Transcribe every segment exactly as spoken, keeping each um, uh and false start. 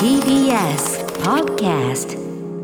ティービーエス Podcast。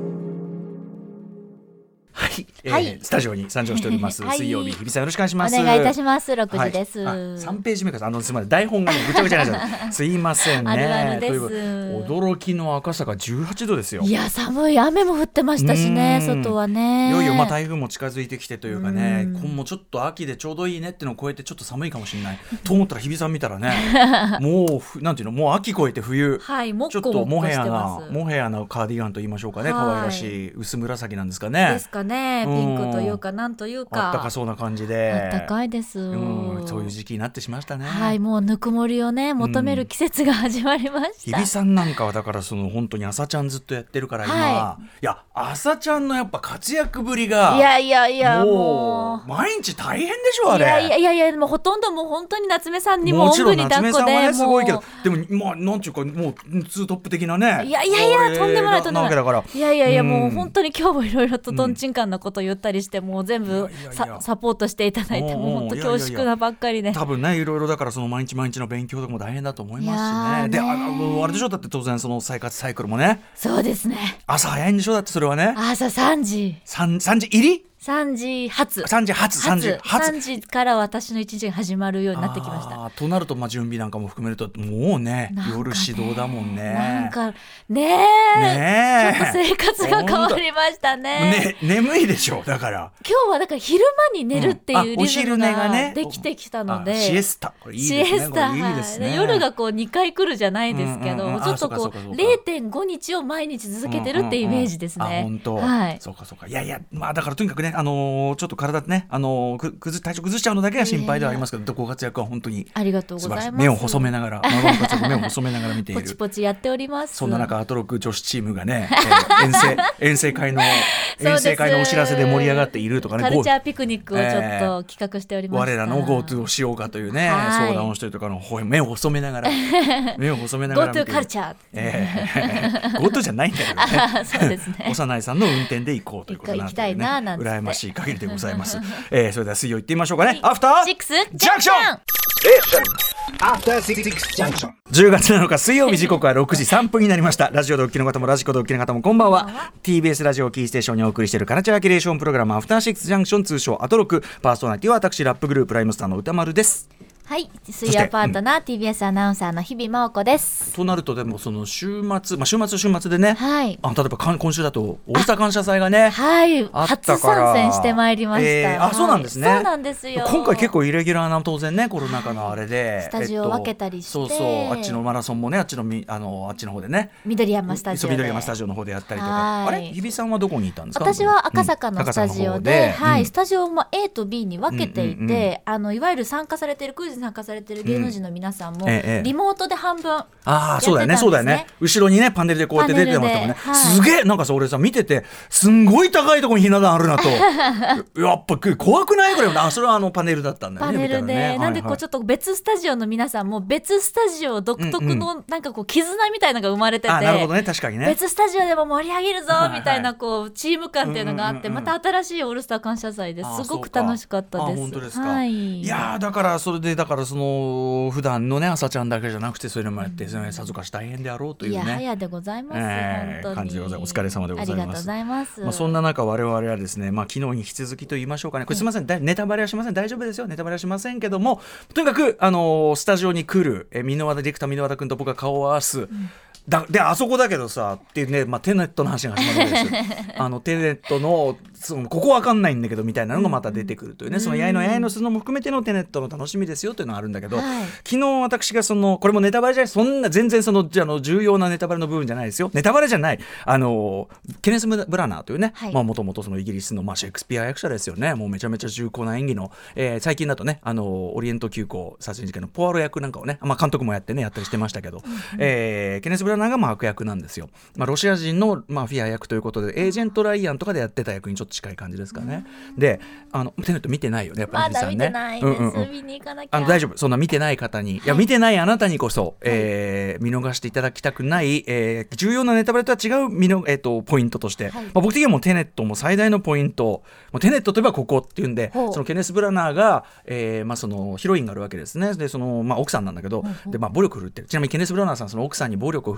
はい、えーはい、 スタジオに参上しております、 はい、 水曜日日比さんよろしくお願いします。 お願いいたします。ろくじです、 はい、さんページ目からあのすみません台本がねぐちゃぐちゃになっちゃうすいませんね。 あるあるです。 という驚きの赤坂じゅうはちどですよ。 いや寒い、雨も降ってましたしね、外はね。 いよいよまあ台風も近づいてきてというかね、今もちょっと秋でちょうどいいねっていうのを超えてちょっと寒いかもしれないと思ったら日比さん見たらねもうなんていうのもう秋越えて冬、 はい、もっちょっこもっことモヘアしてます。 なモヘアなカーディガンと言いましょうかね、 はい可愛らしい薄紫なんですかね。 ですかね、ピンクというかなんというかあったかそうな感じであったかいです。 うんそういう時期になってしましたね。 はい、もうぬくもりをね求める季節が始まりました。 日比さんなんかはだからその本当に朝ちゃんずっとやってるから今、はい、いや朝ちゃんのやっぱ活躍ぶりがいやいやいやももう毎日大変でしょあれ。 いやいやいやいやもうほとんどもう本当に夏目さんにもおんぶに抱っこで、 もちろん夏目さんはねすごいけどもでもまあなんていうかもうツートップ的なね。 いやいやいやとんでもないとんでもない。 だからいやいやいや、 うん、 もう本当に今日もいろいろととんちんかんなこと言ったりして、うん、もう全部いやいやいやサ、サポートしていただいてもう本当恐縮なばっかりで。 多分ねいろいろだからその毎日毎日の勉強とかも大変だと思いますしね。で あ, あれでしょだって当然その生活サイクルもね。 そうですね。 朝早いんでしょだってそれはね。 朝さんじ 3, 3時入りさんじ発さんじ発さんじ発さんじから私の一日が始まるようになってきました。 となるとまあ準備なんかも含めるともう ね, ね夜指導だもんね。 なんかねえねちょっと生活が変わりました ね, ね眠いでしょだから今日はだから昼間に寝るっていうリズムができてきたので、 うんね、シエスタこれいいですね。 シエスタこれいいですね。 夜がこうにかい来るじゃないですけど、うんうんうん、ちょっとこう れいてんご 日を毎日続けてるっていうイメージですね。 うんうんうん、あ本当、 はい、 そうかそうか。いやいやまあだからとにかくねあのー、ちょっと体ねあのー、くくず体調崩しちゃうのだけが心配ではありますけど、ご活躍は本当にありがとうございます。 目を細めながら孫の活躍目を細めながら見ているポチポチやっております。 そんな中アトロク女子チームがね、えー、遠征遠征会の遠征会のお知らせで盛り上がっているとかね、 カルチャーピクニックをちょっと企画しておりました、 えー、我らの GoTo をしようかというね、はい、相談をしているとかの目を細めながら目を細めながら GoTo カルチャー、 えー、GoTo じゃないんだけどねそうですね幼いさんの運転で行こうということなんで、ね、 行きたいななんて羨ましい限りでございます、えー、それでは水曜行ってみましょうかね。アフターシックスジャンクションじゅうがつなのか水曜日、時刻はろくじさんぷんになりました。ラジオでお聞きの方もラジコでお聞きの方もこんばんは。 ティービーエス ラジオキーステーションにお送りしているカルチャーキュレーションプログラムアフターシックスジャンクション、通称アトロク。パーソナリティは私ラップグループライムスターの歌丸です。 はい、水曜パートナー、うん、ティービーエス アナウンサーの日々真央子です。 となるとでもその週末、まあ、週末週末でね、はい、あ例えば今週だとオールスター感謝祭がね、 はい、あったから初参戦してまいりました、 えー、あそうなんですね、 はい、そうなんですよ。 今回結構イレギュラーな当然ねコロナ禍のあれで、はい、 スタジオを分けたりして、 えっと、そうそうあっちのマラソンもねあっちのみあのあっちの方でね緑山スタジオで緑山スタジオの方でやったりとか、あれ日比さんはどこにいたんですか。 私は赤坂のスタジオで、うんはい、 うん、 スタジオも A と B に分けていて、うんうんうん、あのいわゆる参加されているクイズに参加されている芸能人の皆さんも、うんええ、リモートで半分やってたんですね。 あそうだよねそうだよね後ろにねパネルでこうやって出てましたもんね、はい、すげえなんかさ俺さ見ててすんごい高いところにひな壇あるなとやっぱ怖くないこれ。あそれはあのパネルだったんだよね。 パネルで、 ね、 なんでこうちょっと別スタジオの皆さんも別スタジオ独特のなんかこう絆みたいなのが生まれてて、 あなるほどね確かにね別スタジオでも盛り上げるぞみたいなこうチーム感っていうのがあって、また新しいオールスター感謝祭ですごく楽しかったです。 あ本当ですか、 はい、 いやだからそれでだからその普段のね朝ちゃんだけじゃなくてそれもやって、うん、さぞかし大変であろうというねいや早でございます、えー、本当に感じでございます。お疲れ様でございます。 ありがとうございます、 まあ、そんな中我々はですね、まあ、昨日に引き続きと言いましょうかねこれすみません、うん、ネタバレはしません大丈夫ですよネタバレはしませんけどもとにかく、あのー、スタジオに来るえ箕輪田ディレクター箕輪田君と僕が顔を合わす、うんだであそこだけどさっていうね、まあ、テネットの話が始まるわけですよあのテネットのそのここわかんないんだけどみたいなのがまた出てくるというね、うん、そのやいのやいのするのも含めてのテネットの楽しみですよというのがあるんだけど、はい、昨日私がそのこれもネタバレじゃないそんな全然そのじゃあの重要なネタバレの部分じゃないですよ。ネタバレじゃないあのケネス・ブラナーというねもともとイギリスの、まあ、シェイクスピア役者ですよね。もうめちゃめちゃ重厚な演技の、えー、最近だとねあのオリエント急行殺人事件のポアロ役なんかをね、まあ、監督もやってねやったりしてましたけど、うんえー、ケネス・ブラナーがまあ悪役なんですよ。まあ、ロシア人のマフィア役ということでエージェント・ライアンとかでやってた役にちょっと近い感じですかね。であのテネット見てないよねやっぱり、ね、 まだ見てないです、うんうんうん、見に行かなきゃ。 あの大丈夫そんな見てない方に、はい、いや見てないあなたにこそ、はいえー、見逃していただきたくない、えー、重要なネタバレとは違う見の、えー、とポイントとして、はいまあ、僕的にはもうテネットも最大のポイントもうテネットといえばここっていうんでそのケネス・ブラナーが、えーまあ、そのヒロインがあるわけですね。でその、まあ、奥さんなんだけど、うんうんでまあ、暴力振るってる。ちなみにケネス・ブラナーさんその奥さんに暴力を振る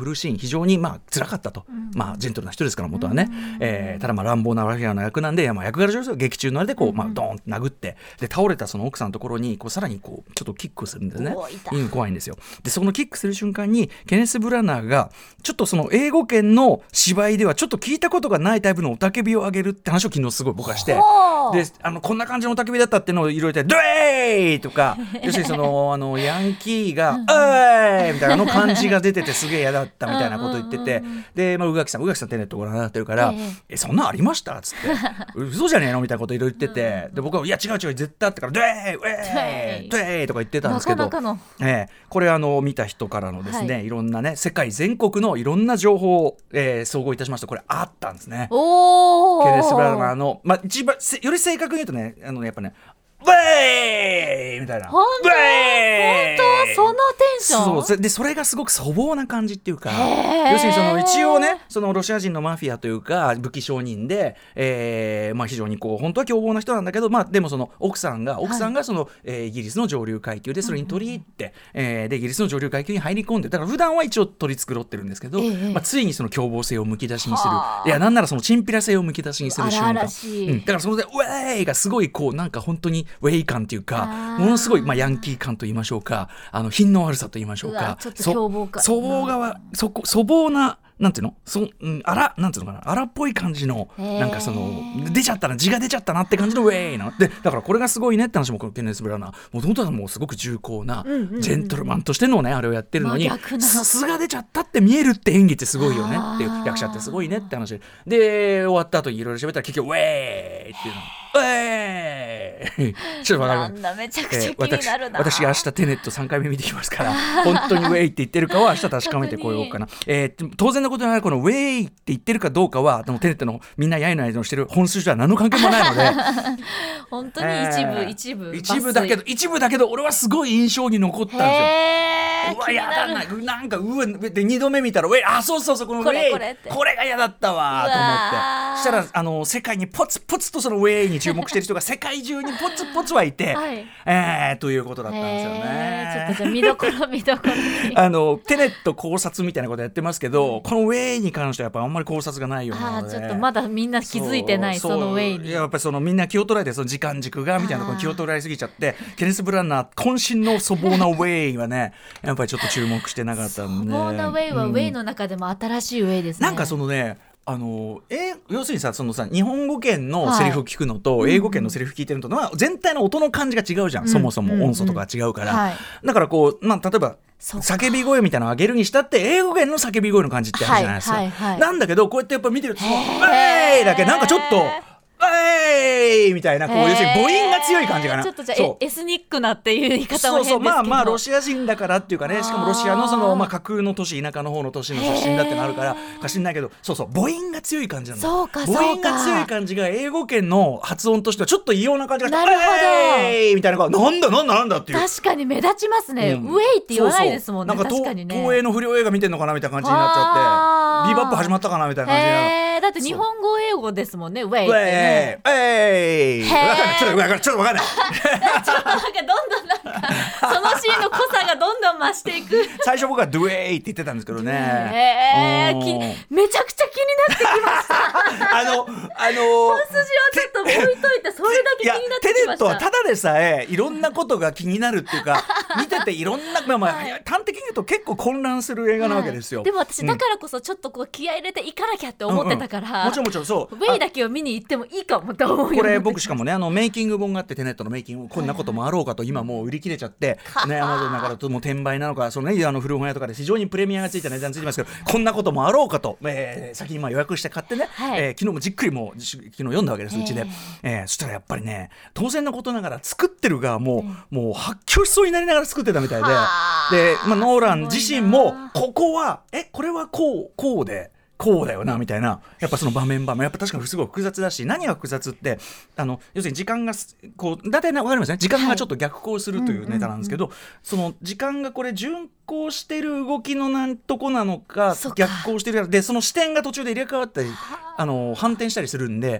苦しい非常にまあ辛かったと、うん、まあジェントルな人ですから元はね、うんえー、ただまあ乱暴なマフィアの役なんで、いやまあ役柄上ですよ、劇中のあれでこう、うんまあ、ドーンと殴ってで倒れたその奥さんのところにこうさらにこうちょっとキックするんですね。うん、怖いんですよ。でそのキックする瞬間にケネス・ブラナーがちょっとその英語圏の芝居ではちょっと聞いたことがないタイプの雄たけびを上げるって話を昨日すごい僕はして、であのこんな感じの雄たけびだったっていうのをいろいろ言ってドエーイとか要するにそのあのヤンキーがうえーいみたいなあの感じが出ててすげえ嫌だったみたいなこと言ってて、で、まあ、宇垣さん宇垣さんテネットご覧になってるから、えー、えそんなんありましたっつって嘘じゃねえのみたいなこといろいろ言ってて、で僕はいや違う違う絶対あってからドエーイウェーイドエーイとか言ってたんですけど、 なかなかの、 えー、これあの見た人からのですね、はい、いろんなね世界全国のいろんな情報を、えー、総合いたしますとこれあったんですね。 おケネス・ブラナーの、まあ、一番より正確に言うとねあのやっぱねウェーイみたいな本当本当そのテンションそうでそれがすごく粗暴な感じっていうか、要するにその一応ねそのロシア人のマフィアというか武器商人で、えーまあ、非常にこう本当は凶暴な人なんだけど、まあ、でもその奥さんが奥さんがその、はいえー、イギリスの上流階級でそれに取り入って、うんえー、でイギリスの上流階級に入り込んでだから普段は一応取り繕ってるんですけど、えーまあ、ついにその凶暴性をむき出しにする、いやなんならそのチンピラ性をむき出しにする瞬間、 荒々しい、 うん、だからそのでウェーイがすごいこうなんか本当にウェイ感っていうかものすごい、まあ、ヤンキー感と言いましょうかあの品の悪さと言いましょうかちょっと凶暴感粗暴がそこ粗暴ななんていうのそ、うん、荒なんていうのかな荒っぽい感じのなんかその出ちゃったな字が出ちゃったなって感じのウェイなでだからこれがすごいねって話もこのケネス・ブラナーもともとはもうすごく重厚なジェントルマンとしてのねあれをやってるのに素が出ちゃったって見えるって演技ってすごいよねっていう役者ってすごいねって話で終わった後にいろいろ喋ったら結局ウェーイっていうのウェーイちょっとわかるなんだめちゃくちゃ気になるな、 えー、私, 私明日テネットさんかいめ見てきますから本当にウェイって言ってるかは明日確かめてこようかな、えー、当然のことながらこのウェイって言ってるかどうかはでもテネットのみんなやいの間のしてる本数とは何の関係もないので本当に一部、えー、一部一部だけど一部だけど俺はすごい印象に残ったんですよ。うわやだななんかうわでにどめ見たらウェイあそうそうそうこのウェイ こ, れこれが嫌だったわと思ってそしたらあの世界にポツポツとそのウェイに注目してる人が世界中にポツポツはいて、はいえー、ということだったんですよね。 ちょっとじゃあ見どころ見どころあのテネット考察みたいなことやってますけどこのウェイに関してはやっぱあんまり考察がないようなのであちょっとまだみんな気づいてないそのウェイにやっぱりそのみんな気を取られてその時間軸がみたいなところに気を取られすぎちゃってケネス・ブラナー渾身の粗暴なウェイはねやっぱりちょっと注目してなかったんで粗暴なウェイはウェイの中でも新しいウェイですね、 うん、なんかそのねあのえ要するにさそのさ日本語圏のセリフを聞くのと、はい、英語圏のセリフ聞いてるのと、まあ、全体の音の感じが違うじゃん、うん、そもそも音素とか違うから、うんうんはい、だからこう、まあ、例えば叫び声みたいなのを上げるにしたって英語圏の叫び声の感じってあるじゃないですか、はいはいはい、なんだけどこうやってやっぱ見てると「ウェーイ!」だけなんかちょっとえーいみたいなこう要するに母音が強い感じかな。 ちょっとじゃあエスニックなっていう言い方も変ですけどそうそうまあまあロシア人だからっていうかねしかもロシアのそのまあ架空の都市田舎の方の都市の出身だってのあるからか知んないけどそうそう母音が強い感じなんだ。 そうかそうか母音が強い感じが英語圏の発音としてはちょっと異様な感じがなるほどえーみたいななんだなんだなんだっていう確かに目立ちますね、うん、ウェイって言わないですもんね。 そうそう確かにね東映の不良映画見てんのかなみたいな感じになっちゃってビーバップ始まったかなみたいな感じになる。 だって日本語英語ですもんねウェイってね。 ウェイちょっと分かんないちょっと分かんないちょっとなんかどんどんなんかそのシーンの濃さがどんどん増していく最初僕はドゥエイって言ってたんですけどね、えー、きめちゃくちゃ気になってきましたあのあの本筋はちょっと置いといてそれだけ気になってきました。 テネットはただでさえいろんなことが気になるっていうか見てていろんな、まあまあ、端的に言うと結構混乱する映画なわけですよ、 はい、でも私だからこそちょっとこう気合い入れていかなきゃって思ってたから、うんうん、 もちろんもちろんそうウェイだけを見に行ってもいいかもと思うよ。 これ僕しかもねあのメイキング本があってテネットのメイキングこんなこともあろうかと今もう売り切れちゃってねアマゾンだからともう転売なのかそのねあの古本屋とかで非常にプレミアがついた値段ついてますけどこんなこともあろうかと、えー、先にまあ予約して買ってね、はいえー、昨日もじっくりもう昨日読んだわけですうちで、えー、そしたらやっぱりね当然のことながら作ってる側も、うん、もう発狂しそうになりながら作ってたみたいでで、まあ、ノーラン自身もここはえこれはこうこうでこうだよなみたいなやっぱその場面場面やっぱ確かにすごい複雑だし何が複雑ってあの要するに時間がこう大体分かりますね時間がちょっと逆行するというネタなんですけど、はいうんうんうん、その時間がこれ順行してる動きのなんとこなのか逆行してるでその視点が途中で入れ替わったりあの反転したりするんで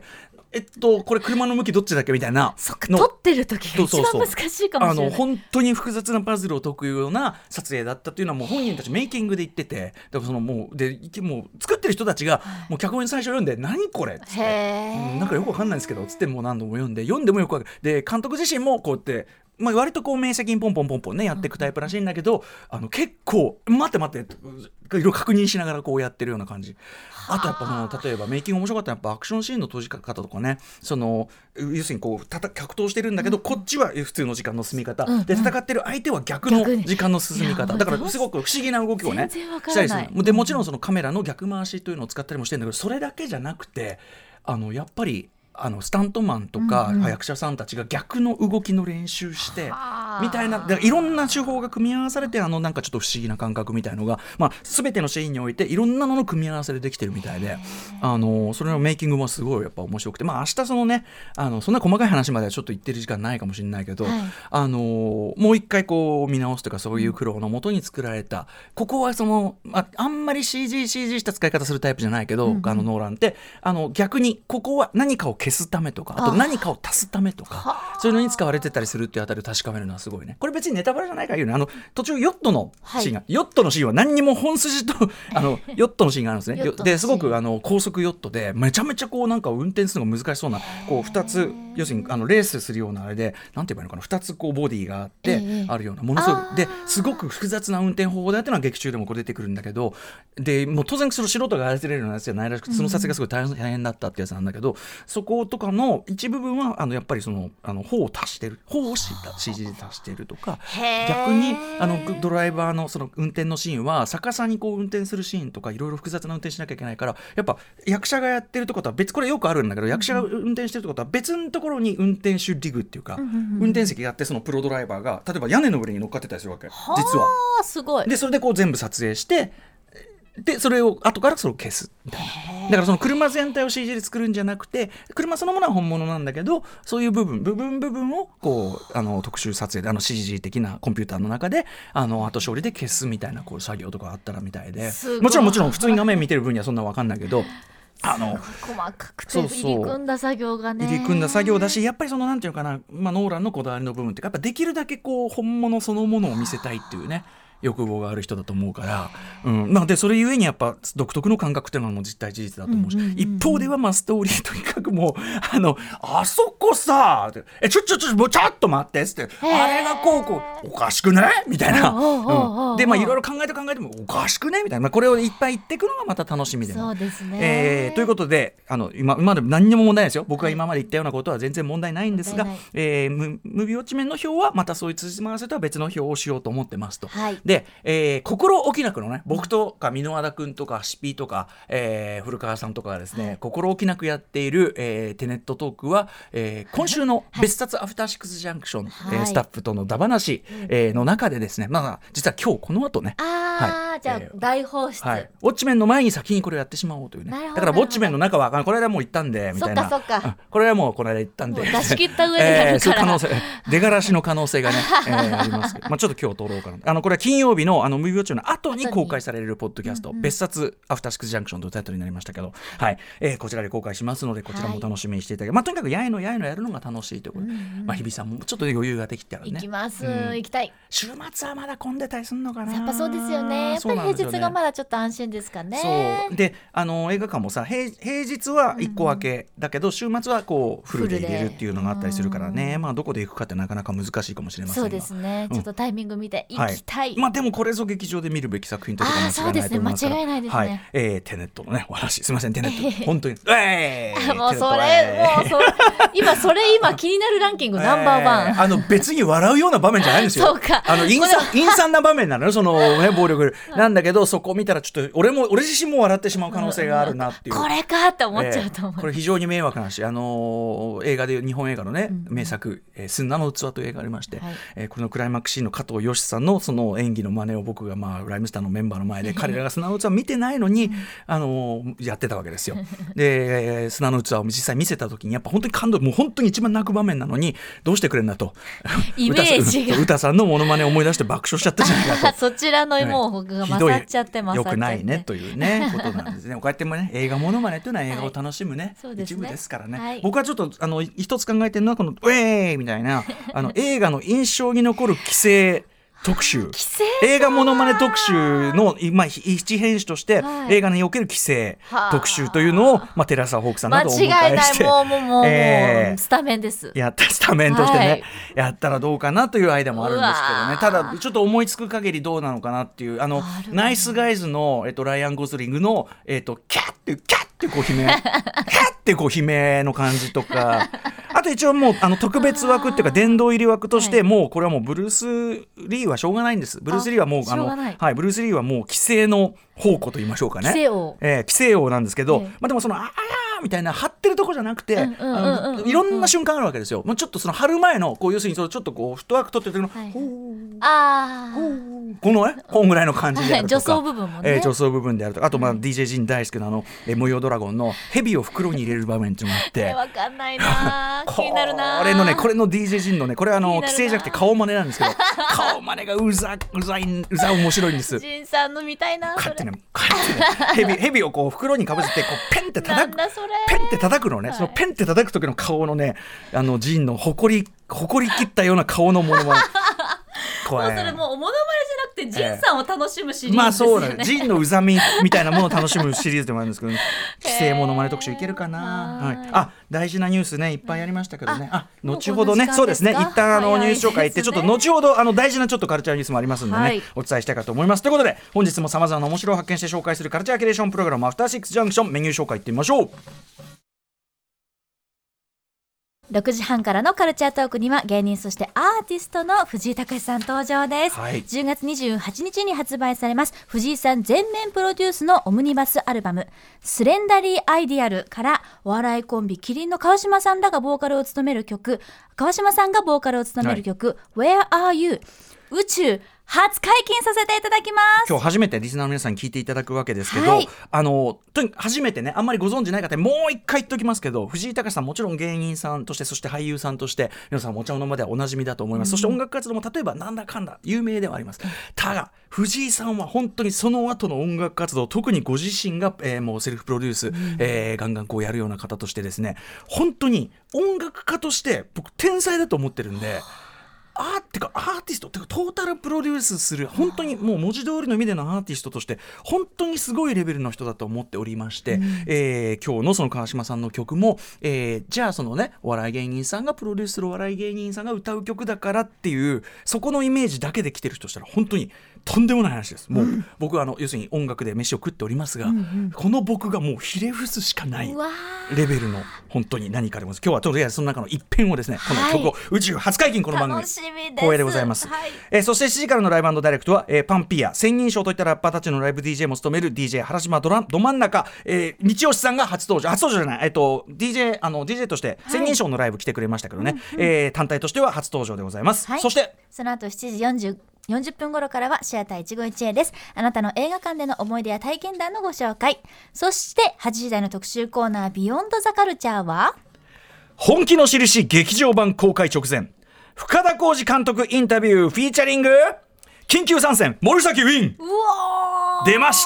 えっとこれ車の向きどっちだっけみたいなそっか撮ってる時が一番難しいかもしれない。 あの本当に複雑なパズルを解くような撮影だったっていうのはもう本人たちメイキングで言ってて、だからそのもうでもう作ってる人たちがもう脚本に最初読んで何これっつって、うん、なんかよくわかんないんですけどつってもう何度も読んで読んでもよくわかるで監督自身もこうやってまあ、割とこう明晰にポンポンポンポンねやっていくタイプらしいんだけど、うん、あの結構待って待っていろいろ確認しながらこうやってるような感じ。あとやっぱもう例えばメイキング面白かったのはやっぱアクションシーンの閉じ方とかね、その要するにこうたた格闘してるんだけど、うん、こっちは普通の時間の進み方、うん、で戦ってる相手は逆の時間の進み方だからすごく不思議な動きをねしたりする。でもちろんそのカメラの逆回しというのを使ったりもしてるんだけど、それだけじゃなくてあのやっぱりあのスタントマンとか、うんうん、役者さんたちが逆の動きの練習してみたいな、いろんな手法が組み合わされてあのなんかちょっと不思議な感覚みたいのが、まあ、全てのシーンにおいていろんなのの組み合わせでできてるみたいで、あのそれのメイキングもすごいやっぱ面白くて、まあ明日そのねあのそんな細かい話まではちょっと言ってる時間ないかもしれないけど、はい、あのもう一回こう見直すというかそういう苦労のもとに作られた、ここはその あ, あんまり シージーシージー した使い方するタイプじゃないけど、うんうん、あのノーランってあの逆にここは何かを消すためとかあと何かを足すためとかそういうのに使われてたりするっていうあたりを確かめるのはすごいね。これ別にネタバレじゃないから言うね。あの途中ヨットのシーンが、はい、ヨットのシーンは何にも本筋とあのヨットのシーンがあるんですね。ですごくあの高速ヨットでめちゃめちゃこうなんか運転するのが難しそうなこうふたつ要するにあのレースするようなあれでなんて言えばいいのかな、ふたつこうボディがあってあるようなものすごいですごく複雑な運転方法だっていうのは劇中でもこう出てくるんだけど、でもう当然その素人が操れるようなやつじゃないらしくてその撮影がすごい大変だったってやつなんだけど、そことかの一部分はあのやっぱりそのあの砲を足してる砲を シージー で足してるとか、逆にあのドライバーのその運転のシーンは逆さにこう運転するシーンとかいろいろ複雑な運転しなきゃいけないから、やっぱ役者がやってるってことは別、これよくあるんだけど役者が運転してるってことは別のところに運転手リグっていうか、うんうんうん、運転席があってそのプロドライバーが例えば屋根の上に乗っかってたりするわけ実は。 すごい。 でそれでこう全部撮影してでそれを後からそれを消すみたいな。だからその車全体を シージー で作るんじゃなくて車そのものは本物なんだけどそういう部分部分部分をこうあの特殊撮影であの シージー 的なコンピューターの中であの後処理で消すみたいなこう作業とかあったらみたいで、もちろんもちろん普通に画面見てる分にはそんな分かんないけどあの細かくて入り組んだ作業がね、 入り組んだ作業だしやっぱりそのなんていうかな、まあ、ノーランのこだわりの部分ってやっぱできるだけこう本物そのものを見せたいっていうね欲望がある人だと思うから、うん、なのでそれゆえにやっぱ独特の感覚っていうのはもう実体事実だと思うし、うんうんうんうん、一方ではまあストーリーとにかくもうあのあそこさえちょちょちょもうちょっと待ってっつってあれがこうこうおかしくねみたいな、うん、でまあいろいろ考えて考えてもおかしくねみたいな、まあ、これをいっぱい言っていくのがまた楽しみでもそうですね、 えー、ということであの 今, 今まで何にも問題ないですよ。僕が今まで言ったようなことは全然問題ないんですが、えー、ム, ムビウォッチメンの表はまたそういう辻褄合わせとは別の表をしようと思ってますと、はい、で、えー心置きなくのね僕とか箕輪田くんとかシピーとか、えー、古川さんとかがですね、はい、心置きなくやっている、えー、テネットトークは、えー、今週の別冊アフターシックスジャンクション、はいえー、スタッフとのダ話、はいえー、の中でですね、まあ、実は今日この後ねあ、はい、じゃあ、えー、大放出、はい、 ウォッチメンの前に先にこれをやってしまおうというね。だからウォッチメンの中はこの間もう言ったんでみたいな、 そっかそっか、 これはもうこの間言ったんで出し切った上でやるから、えー、そういう可能性出がらしの可能性がね、えー、ありますけど、まあ、ちょっと今日取ろうかな。あのこれは金曜日のあのムビウォッチの後に公開されるポッドキャスト、うんうん、別冊アフターシックスジャンクションというタイトルになりましたけど、はいえー、こちらで公開しますのでこちらも楽しみにしていただけ、はいまあ、とにかくやいのやいのやるのが楽しいということで、うんうんまあ、日比さんもちょっと余裕ができたらね行きます、うん、行きたい。 週末はまだ混んでたりするのかな。 やっぱそうですよね。やっぱり平日がまだちょっと安心ですかね。 そうであの映画館もさ 平, 平日はいっこ分けだけど、うん、週末はこうフルで入れるっていうのがあったりするからね、まあ、どこで行くかってなかなか難しいかもしれませんが、 そうですね、うん、ちょっとタイミング見て行きたい、 はいまあ、でもこれぞ劇場で見るべき作品ということは間違いないと思いますから、 間違いないですね、 はいえー、テネットのねお話すいませんテネット本当にえー、もうそれもうそれ今それ今気になるランキングナンバーワン、えー、 あの別に笑うような場面じゃないんですよ。 そうかあの陰惨陰惨な場面なのよその、ね、暴力なんだけどそこを見たらちょっと俺も俺自身も笑ってしまう可能性があるなっていう、 これかって思っちゃうと思う、 えー、これ非常に迷惑な話、あのー、映画で日本映画のね、うん、名作、えー、すんなの器という映画がありまして、はいえー、これのクライマックスシーンの加藤嘉さんのその演演技の真似を僕が、まあ、ライムスターのメンバーの前で彼らが砂の器を見てないのに、あのやってたわけですよ。で砂の器を実際見せた時にやっぱ本当に感動、もう本当に一番泣く場面なのにどうしてくれんだとイメージが歌さんのモノマネを思い出して爆笑しちゃったじゃないかとそちらのもう僕が勝っちゃって勝っちゃってよくないねというねことなんですね。こうやってもね映画モノマネというのは映画を楽しむね、はい、一部ですからね、はい、僕はちょっとあの一つ考えてるのはこのウェーイみたいなあの映画の印象に残る規制特集映画モノマネ特集の、まあ、一編集として、はい、映画における規制特集というのを、まあ、テラサホークさんなどをお迎えして間違いないもうもうもう、えー、スタメンですやったスタメンとしてね、はい、やったらどうかなというアイデアもあるんですけどね。ただちょっと思いつく限りどうなのかなっていうあのナイスガイズの、えっと、ライアン・ゴズリングの、えっと、キャッってキャッってこう悲鳴キャッってこう悲鳴の感じとかあと一応もうあの特別枠っていうか殿堂入り枠として、はい、もうこれはもうブルース・リーはしょうがないんです。ブルース・リーはもうあの、はい、ブルース・リーはもう規制の宝庫と言いましょうかね。 規制王、 えー、規制王なんですけど、えー、まあ、でもそのあやーみたいな張ってるとこじゃなくて、いろんな瞬間あるわけですよ。もうちょっとその張る前のこう要するにそのちょっとこうフットワーク取ってる時の、はい、ほーあこのねこんぐらいの感じであるとか、 助走部分もね、 えー、助走部分であるとか、あとまあ ディージェー ジン大好きなあの、えー、模様ドラゴンのヘビを袋に入れる場面っていうのがあってわかんないな気になるなこれのねこれの ディージェー ジンのねこれはあの規制じゃなくて顔真似なんですけど顔真似がうざうざいうざ面白いんです。 ジンさんの見たいなそれ。 こうやってねこうやってねヘビヘビをこう袋にかぶせてこうペンって叩くペンって叩くのね、はい、そのペンって叩く時の顔のねあのジンの誇り誇り切ったような顔のものまねもうそれもうおものまねじゃなくてジンさんを楽しむシリーズですよね、えー、まあそうねジンのうざみみたいなものを楽しむシリーズでもあるんですけど、ね、規制ものまね特集いけるかな、はい、あ大事なニュースねいっぱいありましたけどね、あ後ほどねそうですね一旦あのニュース紹介行って、ちょっと後ほどあの大事なちょっとカルチャーニュースもありますんでね、はい、お伝えしたいかと思います。ということで本日も様々な面白を発見して紹介するカルチャーキュレーションプログラムアフターシックスジャンクションメニュー紹介いってみましょう。 ろくじはんからのカルチャートークには芸人そしてアーティストの藤井隆さん登場です、はい、じゅうがつにじゅうはちにちに発売されます藤井さん全面プロデュースのオムニバスアルバムスレンダリーアイディアルからお笑いコンビキリンの川島さんらがボーカルを務める曲川島さんがボーカルを務める曲、はい、Where Are You 宇宙初解禁させていただきます。 今日初めてリスナーの皆さんに聞いていただくわけですけど、はい、あのとにかく初めてねあんまりご存じない方にもう一回言っておきますけど、藤井隆さんもちろん芸人さんとしてそして俳優さんとして皆さんお茶の間ではおなじみだと思います、うん、そして音楽活動も例えばなんだかんだ有名ではあります。ただ藤井さんは本当にその後の音楽活動特にご自身が、えー、もうセルフプロデュース、うん、えー、ガンガンこうやるような方としてですね本当に音楽家として僕天才だと思ってるんでアーってかアーティストってかトータルプロデュースする本当にもう文字通りの意味でのアーティストとして本当にすごいレベルの人だと思っておりまして、うん、えー、今日のその川島さんの曲も、えー、じゃあそのねお笑い芸人さんがプロデュースするお笑い芸人さんが歌う曲だからっていうそこのイメージだけで来てる人したら本当にとんでもない話です。もう、うん、僕はあの要するに音楽で飯を食っておりますが、うんうん、この僕がもうひれ伏すしかないレベルの本当に何かでございます。今日はとりあえずその中の一編をですね、はい、この曲を宇宙初解禁この番組光栄でございます、はい、えー、そしてしちじからのライブ&ダイレクトは、えー、パンピア千人称といったラッパーたちのライブ ディージェー も務める ディージェー 原島どらど真ん中、えー、日吉さんが初登場初登場じゃない、えー、と ディージェー あの ディージェー として千人称のライブ来てくれましたけどね、はい、えー、単体としては初登場でございます、はい、そしてその後しちじよんじゅうよんじゅっぷん頃からはシアターいちごいち エー です。あなたの映画館での思い出や体験談のご紹介。そしてはちじ台の特集コーナービヨンドザカルチャーは本気の印劇場版公開直前深田浩二監督インタビューフィーチャリング緊急参戦森崎ウィンうわ出ました、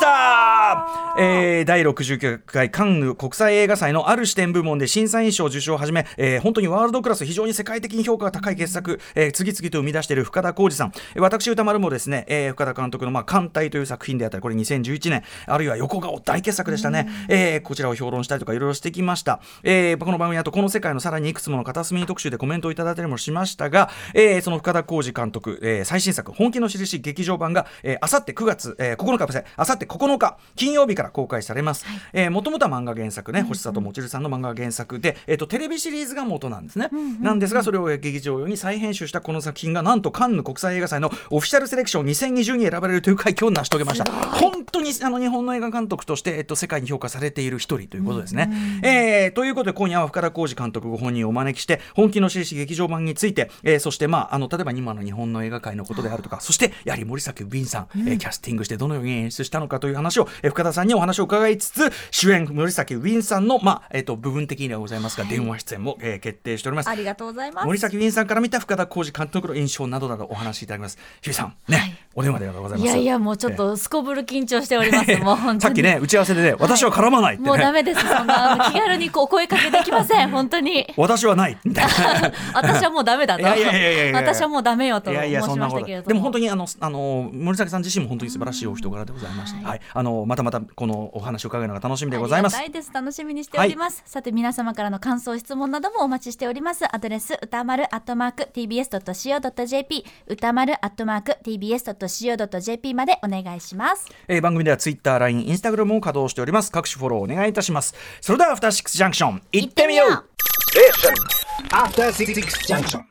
えー、だいろくじゅうきゅうかいカンヌ国際映画祭のある視点部門で審査員賞受賞をはじめ、えー、本当にワールドクラス非常に世界的に評価が高い傑作、えー、次々と生み出している深田浩二さん、私歌丸もですね、えー、深田監督の、まあ、艦隊という作品であったりこれにせんじゅういちねんあるいは横顔大傑作でしたね、えー、こちらを評論したりとかいろいろしてきました、えー、この番組だとこの世界のさらにいくつもの片隅に特集でコメントをいただいたりもしましたが、えー、その深田浩二監督、えー、最新作本気の印劇場版があさってくがつ、えー、ここのかぶせい。あさってここのか金曜日から公開されます。もともとは漫画原作ね、うんうん、星里もちるさんの漫画原作で、えー、とテレビシリーズが元なんですね、うんうんうん、なんですがそれを劇場用に再編集したこの作品がなんとカンヌ国際映画祭のオフィシャルセレクションにせんにじゅうに選ばれるという快挙を成し遂げました。本当にあの日本の映画監督として、えー、と世界に評価されている一人ということですね、うんうん、えー、ということで今夜は深田浩二監督ご本人をお招きして本気の獅子劇場版について、えー、そして、まあ、あの例えば今の日本の映画界のことであるとか、そしてやはり森崎ウィンさん、うん、えー、キャスティングしてどのように演出したのかという話を、えー、深田さんにお話を伺いつつ、主演森崎ウィンさんの、まあえー、と部分的にはございますが、はい、電話出演も、えー、決定しております。 ありがとうございます。 森崎ウィンさんから見た深田浩二監督の印象などなどお話しいただきます。日比さんね、はい、お電話でございます。 いやいやもうちょっとすこぶる緊張しております、えー、もう本当にさっきね打ち合わせでね、はい、私は絡まないって、ね、 もうダメです、そんな気軽にこう声かけできません本当に私はないみたいな私はもうダメだと、 いやいやいやいやいや私はもうダメよと申しましたけれども、 でも本当にあのあの森崎さん自身も本当に素晴らしいお人柄でございました、はいはい、あのまたまたこのお話を伺うのが楽しみでございます。 ありがたいです、楽しみにしております、はい、さて皆様からの感想質問などもお待ちしております。アドレス歌丸アットマーク ティービーエスドットシーオードットジェーピー 歌丸アットマーク ティービーエスドットシーオードットジェーピー までお願いします、 えー、番組ではツイッター、ライン、インスタグラムも稼働しております。各種フォローお願いいたします。それではアフターシックスジャンクション行ってみよう。 アフターシックスジャンクション